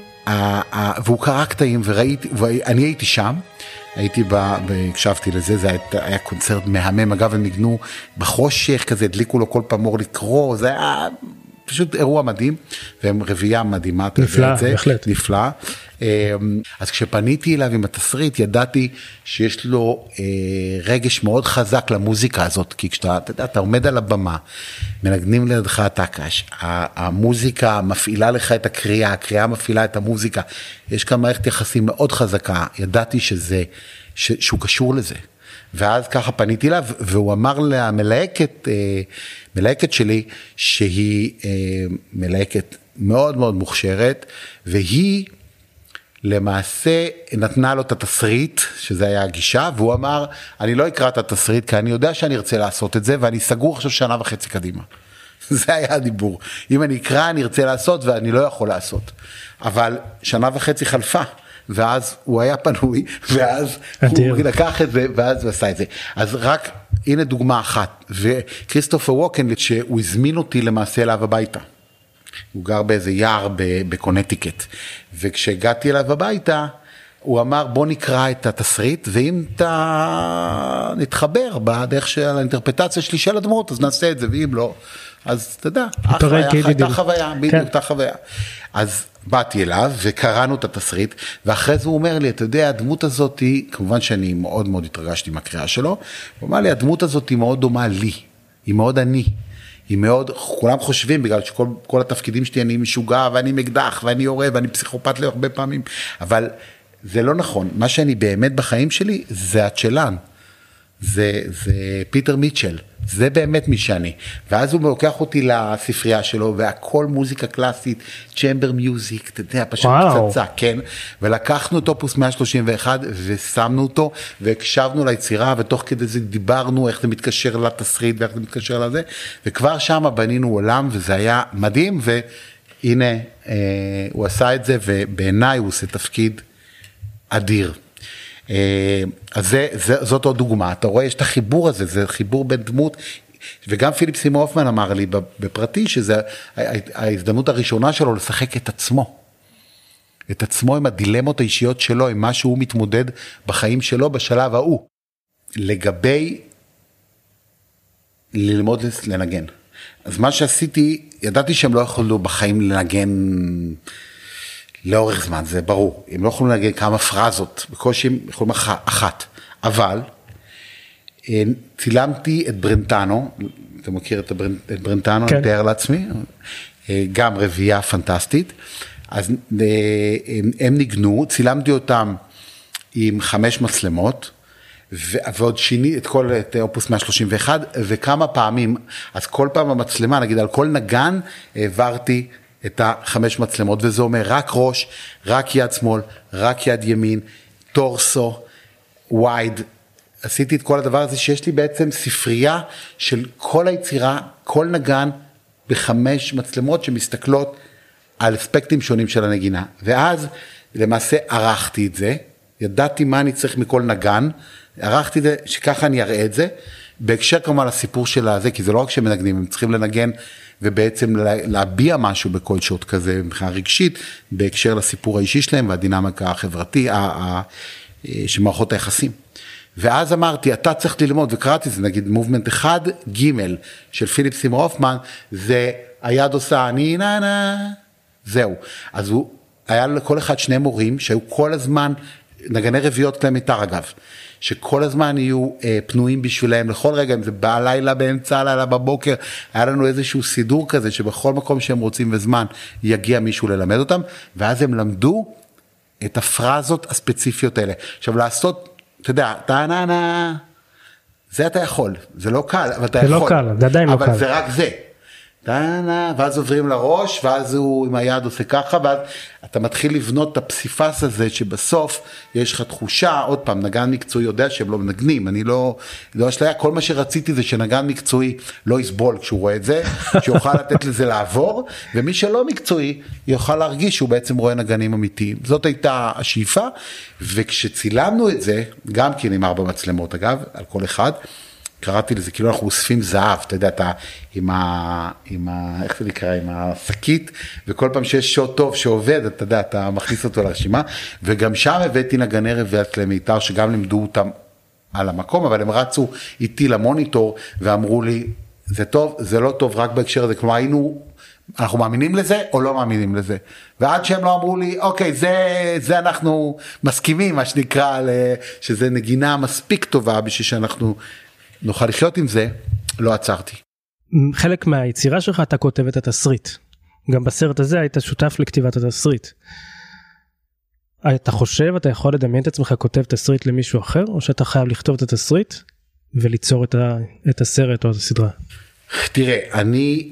והוא קרא קטעים, ואני הייתי שם, הקשבתי לזה, זה היה קונצרט מהמם, אגב הם ניגנו בחושך כזה, הדליקו לו כל פעם אור לקרוא, זה היה פשוט אירוע מדהים, והם רביעייה מדהימה, נפלא, בהחלט. נפלא. אז כשפניתי אליו עם התסריט, ידעתי שיש לו רגש מאוד חזק למוזיקה הזאת, כי כשאתה עומד על הבמה, מנגנים לידך את הקש, המוזיקה מפעילה לך את הקריאה, הקריאה מפעילה את המוזיקה, יש כאן מערכת יחסים מאוד חזקה, ידעתי שהוא קשור לזה. ואז ככה פניתי אליו, והוא אמר למלהקת שלי, שהיא מלהקת מאוד מאוד מוכשרת, והיא למעשה נתנה לו את התסריט, שזה היה הגישה, והוא אמר, אני לא אקרא את התסריט, כי אני יודע שאני ארצה לעשות את זה, ואני סגור עכשיו 1.5 שנה קדימה. זה היה הדיבור. אם אני אקרא, אני ארצה לעשות, ואני לא יכול לעשות. אבל 1.5 שנה חלפה. ואז הוא היה פנוי, ואז הוא לקח את זה, ואז הוא עשה את זה. אז רק, הנה דוגמה אחת, וכריסטופר ווקן, שהוא הזמין אותי למעשה אליו הביתה. הוא גר באיזה יער בקונטיקט, וכשהגעתי אליו הביתה, הוא אמר, בוא נקרא את התסריט, ואם נתחבר בדרך של האינטרפטציה שלי של הדמות, אז נעשה את זה, ואם לא, אז אתה יודע, הייתה חוויה, בדיוק הייתה חוויה. אז באתי אליו וקראנו את התסריט, ואחרי זה הוא אומר לי, אתה יודע, הדמות הזאת היא, כמובן שאני מאוד מאוד התרגשתי מהקריאה שלו, הוא אמר לי, הדמות הזאת היא מאוד דומה לי, היא מאוד אני, היא מאוד, כולם חושבים, בגלל שכל התפקידים שלי אני משוגע, ואני מקדח, ואני יורה, ואני פסיכופת להרבה פעמים, אבל זה לא נכון, מה שאני באמת בחיים שלי, זה הצ'לן, זה פיטר מיטשל, זה באמת מי שאני, ואז הוא לוקח אותי לספרייה שלו, והכל מוזיקה קלאסית, צ'מבר מיוזיק, אתה יודע, פשוט פצצה, כן, ולקחנו את אופוס 131, ושמנו אותו, והקשבנו ליצירה, ותוך כדי זה דיברנו, איך זה מתקשר לתסריט, ואיך זה מתקשר לזה, וכבר שם בנינו עולם, וזה היה מדהים, והנה, הוא עשה את זה, ובעיניי הוא עושה תפקיד אדיר. אז זאת עוד דוגמה, אתה רואה, יש את החיבור הזה, זה חיבור בין דמות, וגם פיליפ סיימור הופמן אמר לי בפרטי, שזה ההזדמנות הראשונה שלו לשחק את עצמו עם הדילמות האישיות שלו, עם מה שהוא מתמודד בחיים שלו בשלב ההוא, לגבי ללמוד לנגן. אז מה שעשיתי, ידעתי שהם לא יכולו בחיים לנגן לאורך זמן, זה ברור. הם לא יכולים לנגן כמה פרזות, בקושי הם יכולים אחת. אבל צילמתי את ברנטנו, אתה מכיר את ברנטנו, כן. אני תאר לעצמי, גם רביעייה פנטסטית. אז הם ניגנו, צילמתי אותם עם 5 מצלמות, ועוד שיני את אופוס 131, וכמה פעמים, אז כל פעם המצלמה, נגיד על כל נגן, העברתי את 5 מצלמות, וזה אומר רק ראש, רק יד שמאל, רק יד ימין, טורסו, וייד, עשיתי את כל הדבר הזה, שיש לי בעצם ספרייה של כל היצירה, כל נגן, ב5 מצלמות שמסתכלות על אספקטים שונים של הנגינה, ואז למעשה ערכתי את זה, ידעתי מה אני צריך מכל נגן, ערכתי את זה, שככה אני אראה את זה, בהקשר כמובן לסיפור של הזה, כי זה לא רק שמנגנים, הם צריכים לנגן, ובעצם להביע משהו בכל שוט כזה, מבחינה רגשית, בהקשר לסיפור האישי שלהם, והדינמיקה החברתי, של מערכות היחסים. ואז אמרתי, אתה צריך ללמוד, וקראתי זה, נגיד, מובמנט 1, ג' של פיליפ סימר הופמן, זה היד עושה, אני ננה, זהו. אז הוא, היה לכל אחד שני מורים, שהיו כל הזמן, נגני רביעיות כלי מיתר אגב, שכל הזמן יהיו פנויים בשבילהם, לכל רגע, אם זה בלילה, באמצע הלילה, בבוקר, היה לנו איזשהו סידור כזה, שבכל מקום שהם רוצים וזמן, יגיע מישהו ללמד אותם, ואז הם למדו את הפרזות הספציפיות האלה. עכשיו, לעשות, אתה יודע, טה-נה-נה, זה אתה יכול, זה לא קל, אבל אתה יכול. זה לא קל, זה עדיין לא קל. אבל זה רק זה. טה-נה, ואז עוברים לראש, ואז הוא עם היד עושה ככה, ואז אתה מתחיל לבנות את הפסיפס הזה, שבסוף יש לך תחושה, עוד פעם, נגן מקצועי יודע שהם לא מנגנים, אני לא אשליה, כל מה שרציתי זה שנגן מקצועי לא יסבול כשהוא רואה את זה, שיוכל לתת לזה לעבור, ומי שלא מקצועי יוכל להרגיש שהוא בעצם רואה נגנים אמיתיים. זאת הייתה השאיפה, וכשצילמנו את זה, גם כן עם 4 מצלמות אגב, על כל אחד, קראתי לזה, כאילו אנחנו אוספים זהב, אתה יודע, אתה איך זה נקרא, עם השקית, וכל פעם שיש שוט טוב שעובד, אתה יודע, אתה מכניס אותו לרשימה, וגם שם הבאתי נגני רביעיית כלי מיתר, שגם לימדו אותם על המקום, אבל הם רצו איתי למוניטור, ואמרו לי, זה טוב, זה לא טוב, רק בהקשר הזה, כלומר, אנחנו מאמינים לזה, או לא מאמינים לזה, ועד שהם לא אמרו לי, אוקיי, זה אנחנו מסכימים, מה שנקרא, שזה נגינה מספיק טובה, בשביל שאנחנו נוכל לחיות עם זה, לא עצרתי. חלק מהיצירה שלך אתה כותב את התסריט. גם בסרט הזה היית שותף לכתיבת התסריט. אתה חושב, אתה יכול לדמיין את עצמך כותב תסריט למישהו אחר, או שאתה חייב לכתוב את התסריט וליצור את הסרט או את הסדרה? תראה, אני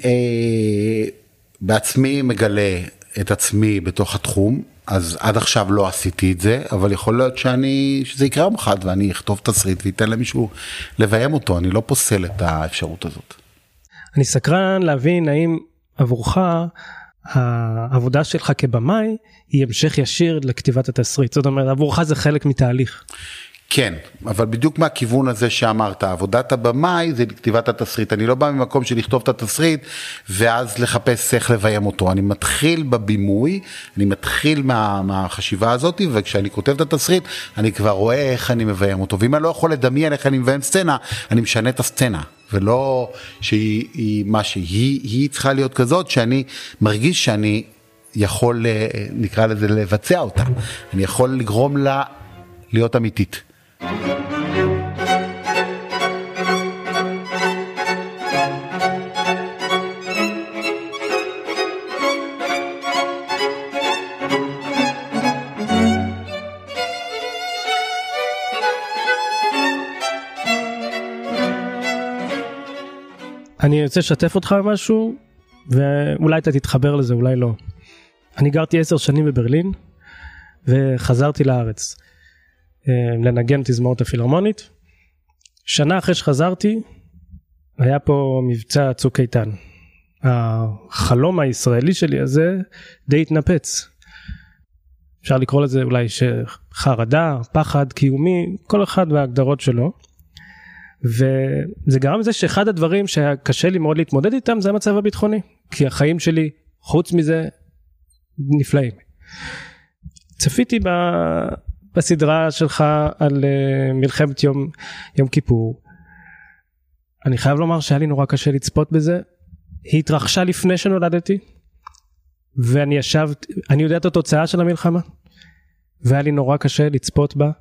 בעצמי מגלה את עצמי בתוך התחום, אז עד עכשיו לא עשיתי את זה, אבל יכול להיות שזה יקרה יום אחד, ואני אכתוב תסריט ויתן למישהו לביים אותו, אני לא פוסל את האפשרות הזאת. אני סקרן להבין האם עבורך העבודה שלך כבמאי היא המשך ישיר לכתיבת התסריט, זאת אומרת עבורך זה חלק מתהליך. כן, אבל בדיוק מהכיוון הזה שאמרת, עבודת הבמאי זה כתיבת התסריט, אני לא בא ממקום של לכתוב את התסריט, ואז לחפש איך לביים אותו, אני מתחיל בבימוי, אני מתחיל מהחשיבה הזאת, וכשאני כותב את התסריט, אני כבר רואה איך אני מביים אותו, ואם אני לא יכול לדמיין איך אני מביים סצנה, אני משנה את הסצנה, ולא שהיא צריכה להיות כזאת, שאני מרגיש שאני יכול, נקרא לזה, לבצע אותה, אני יכול לגרום לה להיות אמיתית. אני רוצה לשתף אותך במשהו, ואולי אתה תתחבר לזה, אולי לא. אני גרתי 10 שנים בברלין, וחזרתי לארץ. לנגן תזמורת הפילהרמונית. שנה אחרי שחזרתי, היה פה מבצע צוק איתן. החלום הישראלי שלי הזה די התנפץ. אפשר לקרוא לזה אולי חרדה, פחד, קיומי, כל אחד וההגדרות שלו. וזה גרם לזה שאחד הדברים שהיה קשה לי מאוד להתמודד איתם, זה המצב הביטחוני. כי החיים שלי, חוץ מזה, נפלאים. צפיתי בסדרה שלך על מלחמת יום כיפור. אני חייב לומר שהיה לי נורא קשה לצפות בזה. היא התרחשה לפני שנולדתי, ואני אני יודע את התוצאה של המלחמה, והיה לי נורא קשה לצפות בה.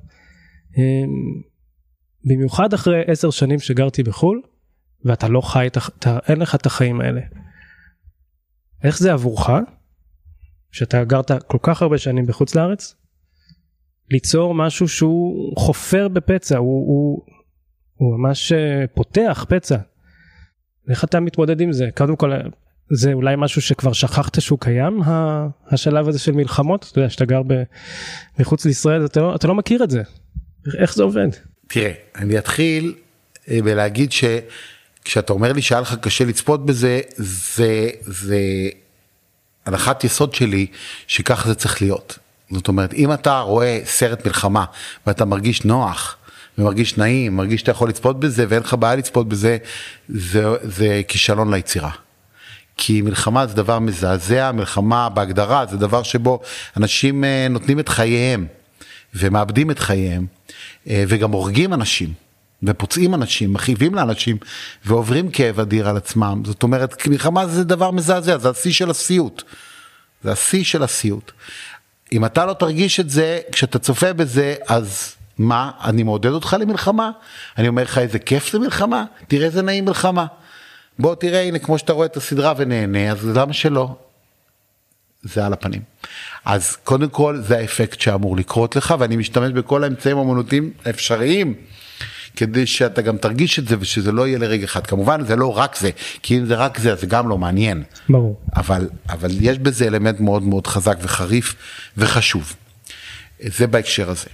במיוחד אחרי 10 שנים שגרתי בחול, ואתה לא חי, אין לך את החיים האלה. איך זה עבורך, שאתה גרת כל כך הרבה שנים בחוץ לארץ, ליצור משהו שהוא חופר בפצע, הוא ממש פותח פצע. איך אתה מתמודד עם זה? קודם כל, זה אולי משהו שכבר שכחת שהוא קיים, השלב הזה של מלחמות, אתה יודע, שאתה גר מחוץ לישראל, אתה לא מכיר את זה. איך זה עובד? תראה, אני אתחיל בלהגיד שכשאתה אומר לי שהיה לך קשה לצפות בזה, זה הנחת יסוד שלי, שכך זה צריך להיות. זאת אומרת, אם אתה רואה סרט מלחמה, ואתה מרגיש נוח, ומרגיש נעים, מרגיש שאתה יכול לצפות בזה, ואין לך בעיה לצפות בזה, זה כישלון ליצירה. כי מלחמה זה דבר מזעזע, מלחמה בהגדרה, זה דבר שבו אנשים נותנים את חייהם, ומאבדים את חייהם, וגם הורגים אנשים, ופוצעים אנשים, מכאיבים לאנשים, ועוברים כאב אדיר על עצמם. זאת אומרת, מלחמה זה דבר מזעזע, זה השיא של הסיוט. זה השיא של הסיוט. אם אתה לא תרגיש את זה, כשאתה צופה בזה, אז מה? אני מעודד אותך למלחמה? אני אומר לך איזה כיף זה מלחמה? תראה איזה נעים מלחמה. בוא תראה, הנה, כמו שאתה רואה את הסדרה ונהנה, אז למה שלא? זה על הפנים. אז קודם כל, זה האפקט שאמור לקרות לך, ואני משתמש בכל האמצעים האמנותיים האפשריים, כדי שאתה גם תרגיש את זה, ושזה לא יהיה לרגע אחד. כמובן, זה לא רק זה, כי אם זה רק זה, אז זה גם לא מעניין. ברור. אבל יש בזה אלמנט מאוד מאוד חזק וחריף וחשוב. זה בהקשר הזה.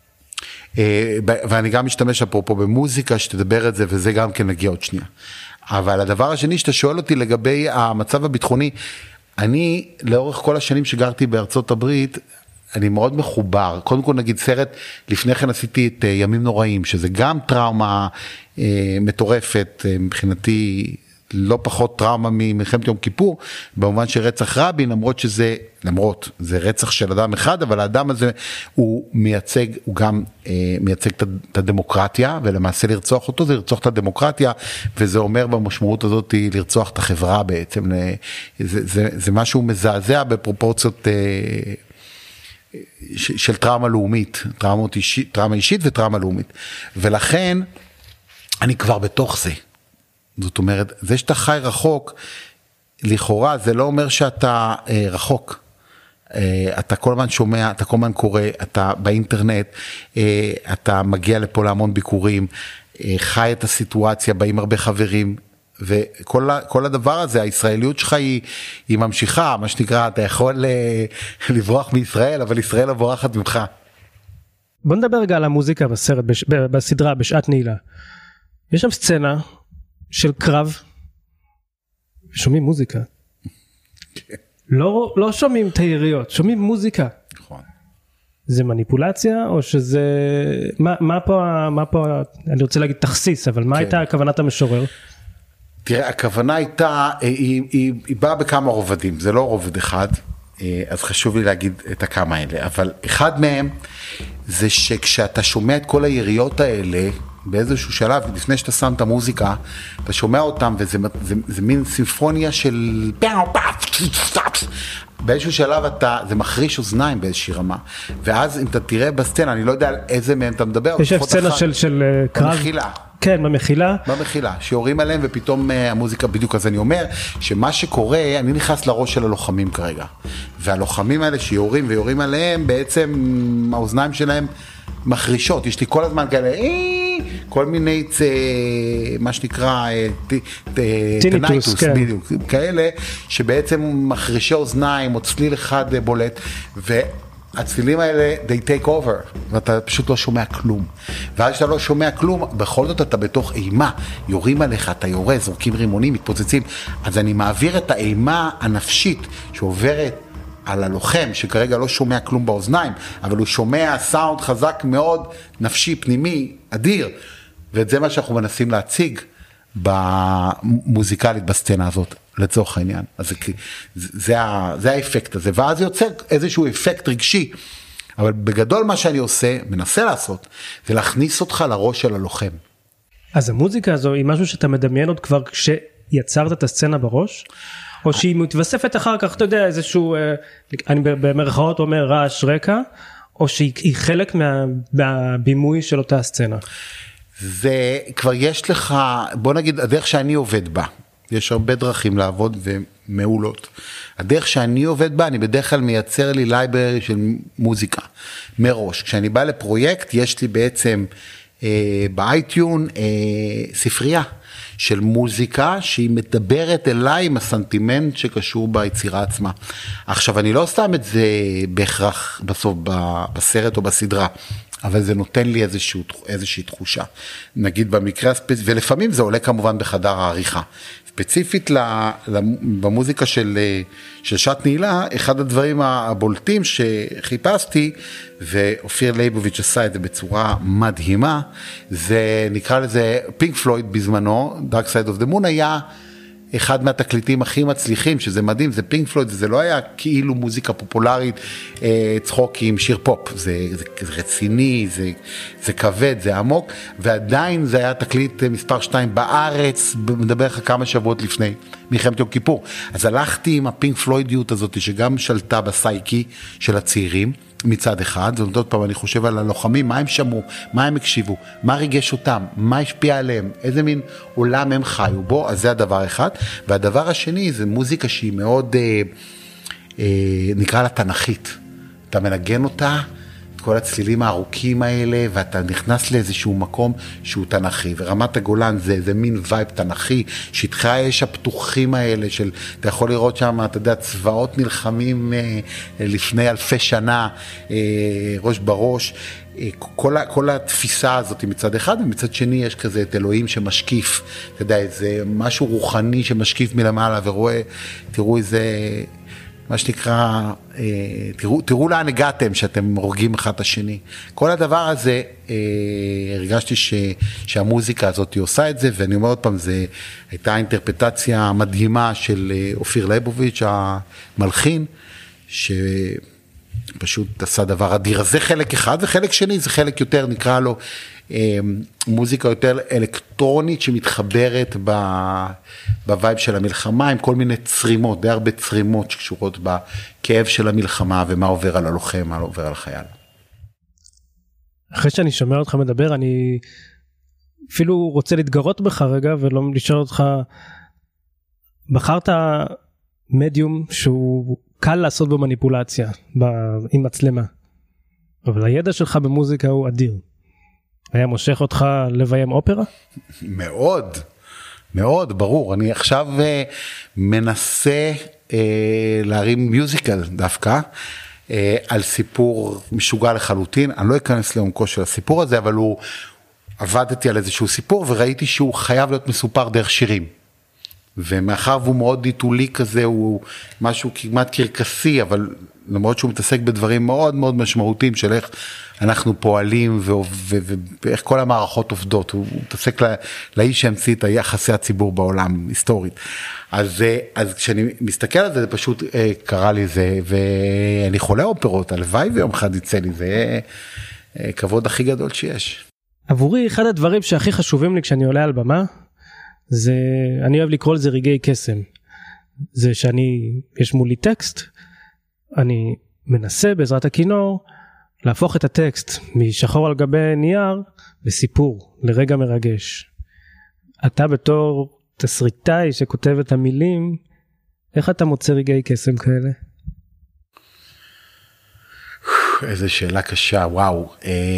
ואני גם משתמש אפרופו במוזיקה, שתדבר את זה, וזה גם כן נגיע עוד שנייה. אבל הדבר השני שאתה שואל אותי לגבי המצב הביטחוני, אני לאורך כל השנים שגרתי בארצות הברית, אני מאוד מחובר. קודם כל נגיד סרט, לפני כן עשיתי את ימים נוראים, שזה גם טראומה מטורפת, מבחינתי לא פחות טראומה ממלחמת יום כיפור, במובן שרצח רבין, למרות, זה רצח של אדם אחד, אבל האדם הזה הוא גם מייצג את הדמוקרטיה, ולמעשה לרצוח אותו זה לרצוח את הדמוקרטיה, וזה אומר במשמעות הזאת לרצוח את החברה בעצם, זה משהו מזעזע בפרופורציות של טראומה לאומית, טראומה אישית וטראומה לאומית, ולכן אני כבר בתוך זה. זאת אומרת, זה שאתה חי רחוק, לכאורה, זה לא אומר שאתה רחוק. אתה כל הזמן שומע, אתה כל הזמן קורא, אתה באינטרנט, אתה מגיע לפה להמון ביקורים, חי את הסיטואציה, באים הרבה חברים, וכל הדבר הזה, הישראליות שלך היא ממשיכה, מה שנקרא, אתה יכול לברוח מישראל, אבל ישראל לא בורחת ממך. בוא נדבר רגע על המוזיקה בסדרה, בשעת נעילה. יש שם סצנה של קרב, שומעים מוזיקה. לא שומעים את היריות, שומעים מוזיקה. נכון. זה מניפולציה, או שזה, מה פה, אני רוצה להגיד תכסיס, אבל מה הייתה כוונת המשורר? תראה, הכוונה הייתה, היא באה בכמה רובדים, זה לא רובד אחד, אז חשוב לי להגיד את הכמה האלה, אבל אחד מהם זה שכשאתה שומע את כל היריות האלה, באיזשהו שלב, לפני שאתה שם את המוזיקה, אתה שומע אותם, וזה מין סימפוניה של באיזשהו שלב זה מחריש אוזניים באיזושהי רמה, ואז אם אתה תראה בסצנה, אני לא יודע על איזה מהם אתה מדבר, יש סצנה של קרב. במחילה. כן, במחילה, שיורים עליהם ופתאום המוזיקה בדיוק. אז אני אומר שמה שקורה, אני נכנס לראש של הלוחמים כרגע, והלוחמים האלה שיורים ויורים עליהם, בעצם האוזניים שלהם מחרישות, יש לי כל הזמן כאלה, כל מיני, מה שנקרא, טניטוס, בדיוק, כאלה, שבעצם מחרישי אוזניים, או צליל אחד בולט, והצלילים האלה, they take over, ואתה פשוט לא שומע כלום. ואז שאתה לא שומע כלום, בכל זאת אתה בתוך אימה, יורים עליך, אתה יורה, זורקים רימונים, מתפוצצים, אז אני מעביר את האימה הנפשית, שעוברת על הלוחם, שכרגע לא שומע כלום באוזניים, אבל הוא שומע סאונד חזק מאוד, נפשי, פנימי, אדיר, ואת זה מה שאנחנו מנסים להציג במוזיקלית בסצנה הזאת, לצורך העניין. אז זה האפקט הזה, ואז יוצא איזשהו אפקט רגשי, אבל בגדול מה שאני עושה, מנסה לעשות, זה להכניס אותך לראש של הלוחם. אז המוזיקה הזו היא משהו שאתה מדמיין עוד כבר כשיצרת את הסצנה בראש? או שהיא מתווספת אחר כך, אתה יודע, איזשהו, אני במרכאות אומר רעש רקע, או שהיא חלק מהבימוי של אותה הסצנה? זה כבר יש לך, בוא נגיד, הדרך שאני עובד בה, יש הרבה דרכים לעבוד ומעולות. הדרך שאני עובד בה, אני בדרך כלל מייצר לי לייברי של מוזיקה מראש. כשאני בא לפרויקט, יש לי בעצם באייטיון ספרייה של מוזיקה שהיא מדברת אליי עם הסנטימנט שקשור ביצירה עצמה. עכשיו, אני לא שם את זה בהכרח בסוף בסרט או בסדרה, אבל זה נותן לי איזושהי תחושה. נגיד במקרה הספציפי, ולפעמים זה עולה כמובן בחדר העריכה. ספציפית במוזיקה של שעת נעילה, אחד הדברים הבולטים שחיפשתי, ואופיר ליבוביץ' עשה את זה בצורה מדהימה, זה נקרא לזה פינק פלויד בזמנו, Dark Side of the Moon היה אחד מהתקליטים הכי מצליחים, שזה מדהים, זה פינק פלויד, זה לא היה כאילו מוזיקה פופולרית, צחוקים, שיר פופ, זה רציני, זה כבד, זה עמוק, ועדיין זה היה תקליט מספר 2 בארץ, מדבר לך כמה שבועות לפני מלחמת יום כיפור. אז הלכתי עם הפינק פלוידיות הזאת, שגם שלטה בסייקי של הצעירים, מצד אחד, ועוד פעם אני חושב על הלוחמים, מה הם שמעו, מה הם הקשיבו, מה ריגש אותם, מה השפיע עליהם, איזה מין עולם הם חיו בו, אז זה הדבר אחד. והדבר השני זה מוזיקה שהיא מאוד, נקרא לה תנכית. אתה מנגן אותה, את כל הצלילים הארוכים האלה, ואתה נכנס לאיזשהו מקום שהוא תנכי, ורמת הגולן זה מין וייב תנכי, שטחי האש הפתוחים האלה, של, אתה יכול לראות שם, אתה יודע, צבאות נלחמים לפני אלפי שנה, ראש בראש, כל התפיסה הזאת מצד אחד, ומצד שני יש כזה את אלוהים שמשקיף, אתה יודע, זה משהו רוחני שמשקיף מלמעלה, ורואה, תראו איזה, מה שנקרא, תראו לאן הגעתם שאתם הורגים אחד את השני. כל הדבר הזה, הרגשתי שהמוזיקה הזאת עושה את זה, ואני אומר עוד פעם, זה הייתה אינטרפטציה מדהימה של אופיר ליבוביץ' המלחין, שפשוט עשה דבר אדיר. אז זה חלק אחד, וחלק שני זה חלק יותר, נקרא לו, מוזיקה יותר אלקטרונית שמתחברת בווייב של המלחמה, עם כל מיני צרימות, די הרבה צרימות שקשורות בכאב של המלחמה, ומה עובר על הלוחם, מה עובר על החייל. אחרי שאני שומע אותך מדבר, אני אפילו רוצה להתגרות בך רגע, ולא לשאול אותך, בחרת מדיום שהוא קל לעשות בו מניפולציה, עם מצלמה, אבל הידע שלך במוזיקה הוא אדיר. היה מושך אותך לביים אופרה? מאוד, מאוד, ברור. אני עכשיו מנסה להרים מיוזיקל דווקא, על סיפור משוגע לחלוטין. אני לא אכנס לעומקו של הסיפור הזה, אבל עבדתי על איזשהו סיפור, וראיתי שהוא חייב להיות מסופר דרך שירים. ומאחר והוא מאוד דיטולי כזה, הוא משהו כמעט קרקסי, אבל למרות שהוא מתעסק בדברים מאוד מאוד משמעותיים של איך אנחנו פועלים ואיך כל המערכות עובדות. הוא מתעסק לאיש שהמציא את יחסי הציבור בעולם, היסטורית. אז כשאני מסתכל על זה, זה פשוט קרה לי זה, ואני חולה אופרות, הלוואי ויום אחד יצא לי, זה כבוד הכי גדול שיש. עבורי, אחד הדברים שהכי חשובים לי כשאני עולה על במה, זה, אני אוהב לקרוא לזה רגעי קסם. זה יש מולי טקסט, אני מנסה בעזרת הכינור, להפוך את הטקסט משחור על גבי נייר, לסיפור, לרגע מרגש. אתה בתור תסריטאי שכותב את המילים, איך אתה מוצא רגעי קסם כאלה? איזו שאלה קשה, וואו.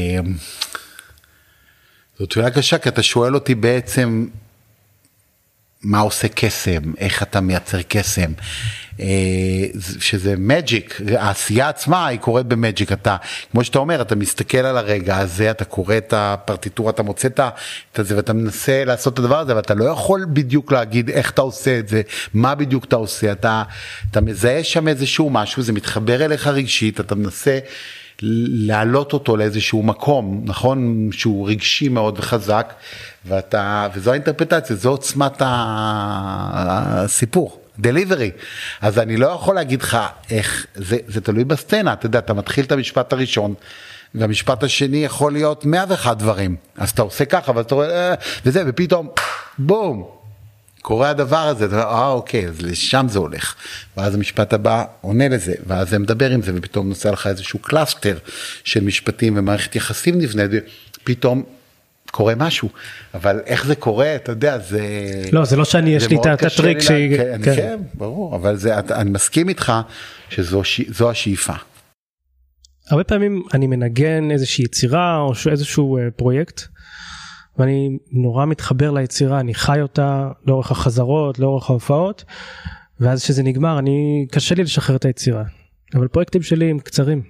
זאת שאלה קשה, כי אתה שואל אותי בעצם, מה עושה קסם, איך אתה מייצר קסם, שזה מג'יק, העשייה עצמה היא קורית במג'יק, אתה, כמו שאתה אומר, אתה מסתכל על הרגע הזה, אתה קורא את הפרטיטורה, אתה מוצא את זה, ואתה מנסה לעשות את הדבר הזה, ואתה לא יכול בדיוק להגיד איך אתה עושה את זה, מה בדיוק אתה עושה, אתה מזהה שם איזשהו משהו, זה מתחבר אליך רגשית, אתה מנסה להעלות אותו לאיזשהו מקום, נכון, שהוא רגשי מאוד וחזק, וזו האינטרפטציה, זו עוצמת הסיפור, דליברי. אז אני לא יכול להגיד לך איך, זה תלוי בסצנה, אתה יודע, אתה מתחיל את המשפט הראשון, והמשפט השני יכול להיות 101 דברים, אז אתה עושה ככה, ואתה רואה, וזה, ופתאום, בום, קורה הדבר הזה, אתה אומר, אוקיי, אז לשם זה הולך, ואז המשפט הבא עונה לזה, ואז זה מדבר עם זה, ופתאום נוצא לך איזשהו קלאסטר של משפטים ומערכת יחסים נבנית, ופתאום קורה משהו, אבל איך זה קורה, אתה יודע, זה... לא, זה לא שאני, יש לי את הטריק כן, ברור, אבל אני מסכים איתך שזו השאיפה. הרבה פעמים אני מנגן איזושהי יצירה, או איזשהו פרויקט, ואני נורא מתחבר ליצירה, אני חי אותה לאורך החזרות, לאורך ההופעות, ואז שזה נגמר, קשה לי לשחרר את היצירה. אבל פרויקטים שלי הם קצרים.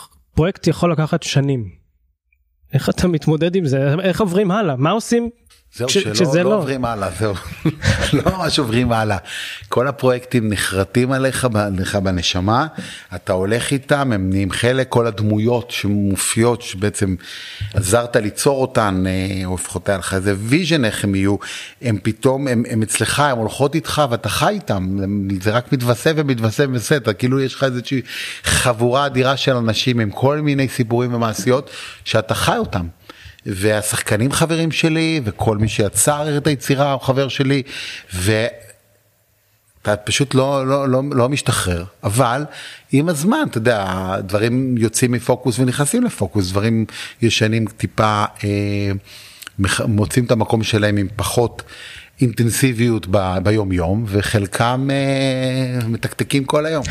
פרויקט יכול לקחת שנים. איך אתה מתמודד עם זה? איך עוברים הלאה? מה עושים זהו, שלא עוברים הלאה, זהו, לא ממש עוברים הלאה. כל הפרויקטים נחרטים עליך בנשמה, אתה הולך איתם, הם נהיים חלק, כל הדמויות שמופיעות, שבעצם עזרת ליצור אותן, או לפחות היה לך איזה ויז'ן איך הם יהיו, הם פתאום, הם אצלך, הם הולכות איתך, ואתה חי איתם, זה רק מתווסף ומתווסף בסדר, כאילו יש לך איזושהי חבורה אדירה של אנשים, עם כל מיני סיפורים ומעשיות, שאתה חי אותם. והשחקנים חברים שלי, וכל מי שיצר את היצירה הוא חבר שלי, ואתה פשוט לא משתחרר. אבל עם הזמן, אתה יודע, דברים יוצאים מפוקוס ונכנסים לפוקוס, דברים ישנים טיפה מוצאים את המקום שלהם עם פחות אינטנסיביות ביום יום, וחלקם מתקתקים כל היום.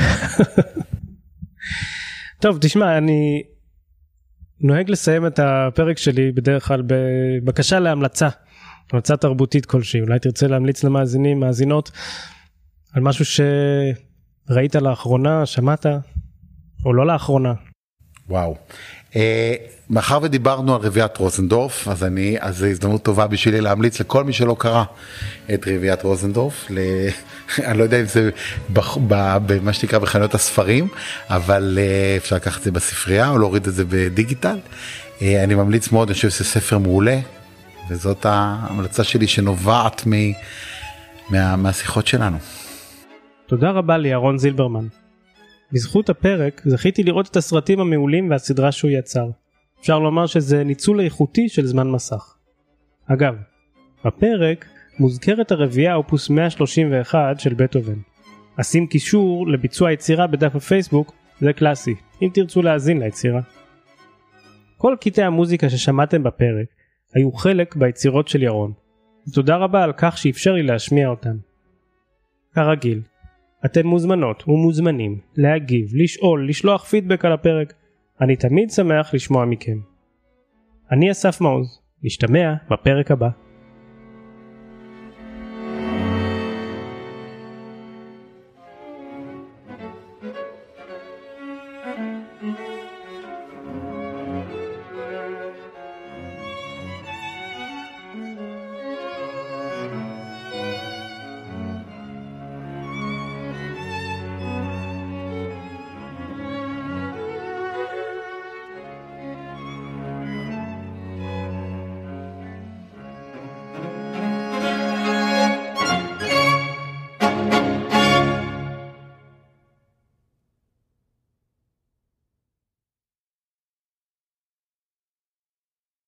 טוב, תשמע, אני נוהג לסיים את הפרק שלי בדרך כלל בבקשה להמלצה, המלצה תרבותית כלשהי. אולי תרצה להמליץ למאזינים, מאזינות, על משהו שראית לאחרונה, שמעת, או לא לאחרונה. וואו. מאחר ודיברנו על רביעיית רוזנדורף, אז זו הזדמנות טובה בשבילי להמליץ לכל מי שלא קרא את רביעיית רוזנדורף, אני לא יודע אם זה במה שנקרא בחנויות הספרים, אבל אפשר לקחת את זה בספרייה או להוריד את זה בדיגיטל. אני ממליץ מאוד, אני חושב שזה ספר מעולה, וזאת ההמלצה שלי שנובעת מהשיחות שלנו. תודה רבה לירון זילברמן. בזכות הפרק זכיתי לראות את הסרטים המעולים והסדרה שהוא יצר. אפשר לומר שזה ניצול איכותי של זמן מסך. אגב, בפרק מוזכרת הרביעייה אופוס 131 של בטהובן. אשים קישור לביצוע היצירה בדף הפייסבוק, זה קלאסי, אם תרצו להאזין ליצירה. כל קטעי המוזיקה ששמעתם בפרק היו חלק ביצירות של ירון. ותודה רבה על כך שאפשר לי להשמיע אותן. כרגיל, אתם מוזמנות ומוזמנים להגיב, לשאול, לשלוח פידבק על הפרק. אני תמיד שמח לשמוע מכם. אני אסף מעוז, נשתמע בפרק הבא.